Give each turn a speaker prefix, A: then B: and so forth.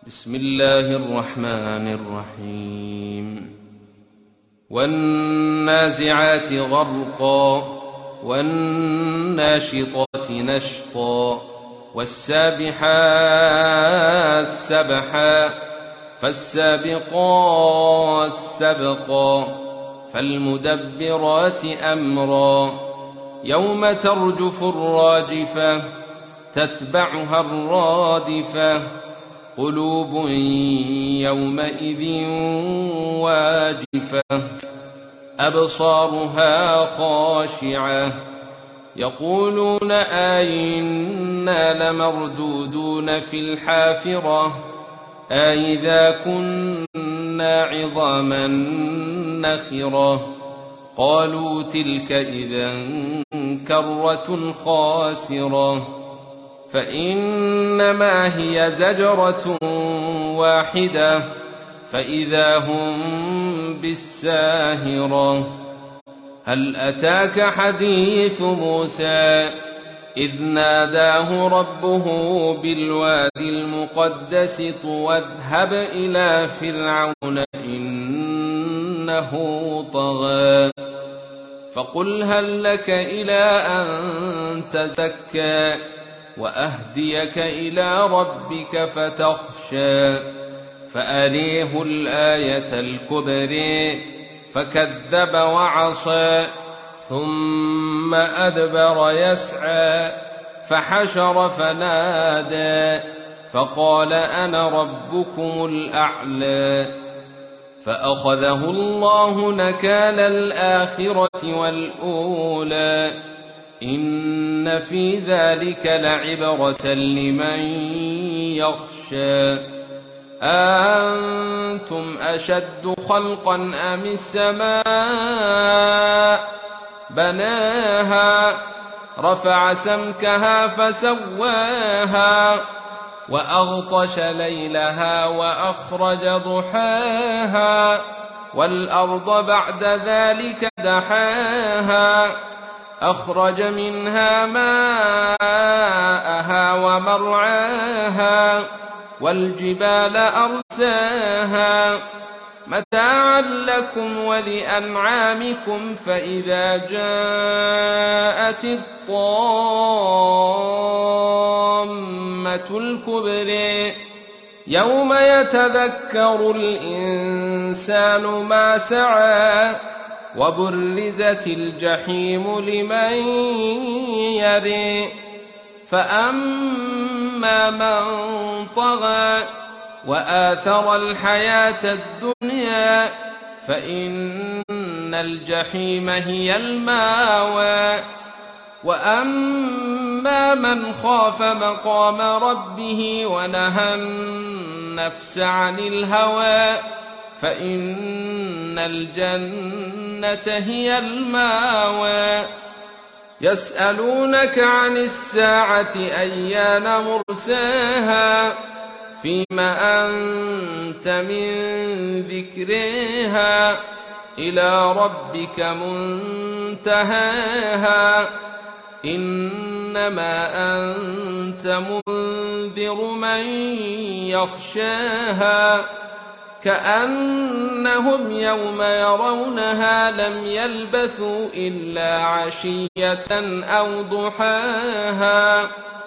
A: بسم الله الرحمن الرحيم والنازعات غرقا والناشطات نشطا والسابحات سبحا فالسابقات سبقا فالمدبرات أمرا يوم ترجف الراجفة تتبعها الرادفة قلوب يومئذ واجفة أبصارها خاشعة يقولون أئنا لمردودون في الحافرة أئذا كنا عظاما نخرة قالوا تلك إذا كرة خاسرة فإنما هي زجرة واحدة فإذا هم بالساهرة هل أتاك حديث موسى إذ ناداه ربه بالوادي المقدس طوى اذهب إلى فرعون إنه طغى فقل هل لك إلى أن تزكى وأهديك إلى ربك فتخشى فأريه الآية الكبرى فكذب وعصى ثم أدبر يسعى فحشر فنادى فقال أنا ربكم الأعلى فأخذه الله نكال الآخرة والأولى إن في ذلك لعبرة لمن يخشى أنتم أشد خلقا أم السماء بناها رفع سمكها فسواها وأغطش ليلها وأخرج ضحاها والأرض بعد ذلك دحاها أخرج منها ماءها ومرعاها والجبال أرساها متاعا لكم ولأنعامكم فإذا جاءت الطامة الكبرى يوم يتذكر الإنسان ما سعى وبرزت الجحيم لمن يرى فأما من طغى وآثر الحياة الدنيا فإن الجحيم هي الماوى وأما من خاف مقام ربه ونهى النفس عن الهوى فإن الجنة هي الماوى يسألونك عن الساعة أيان مرساها فيما أنت من ذكرها إلى ربك منتهاها إنما أنت منذر من يخشاها كأنهم يوم يرونها لم يلبثوا إلا عشية أو ضحاها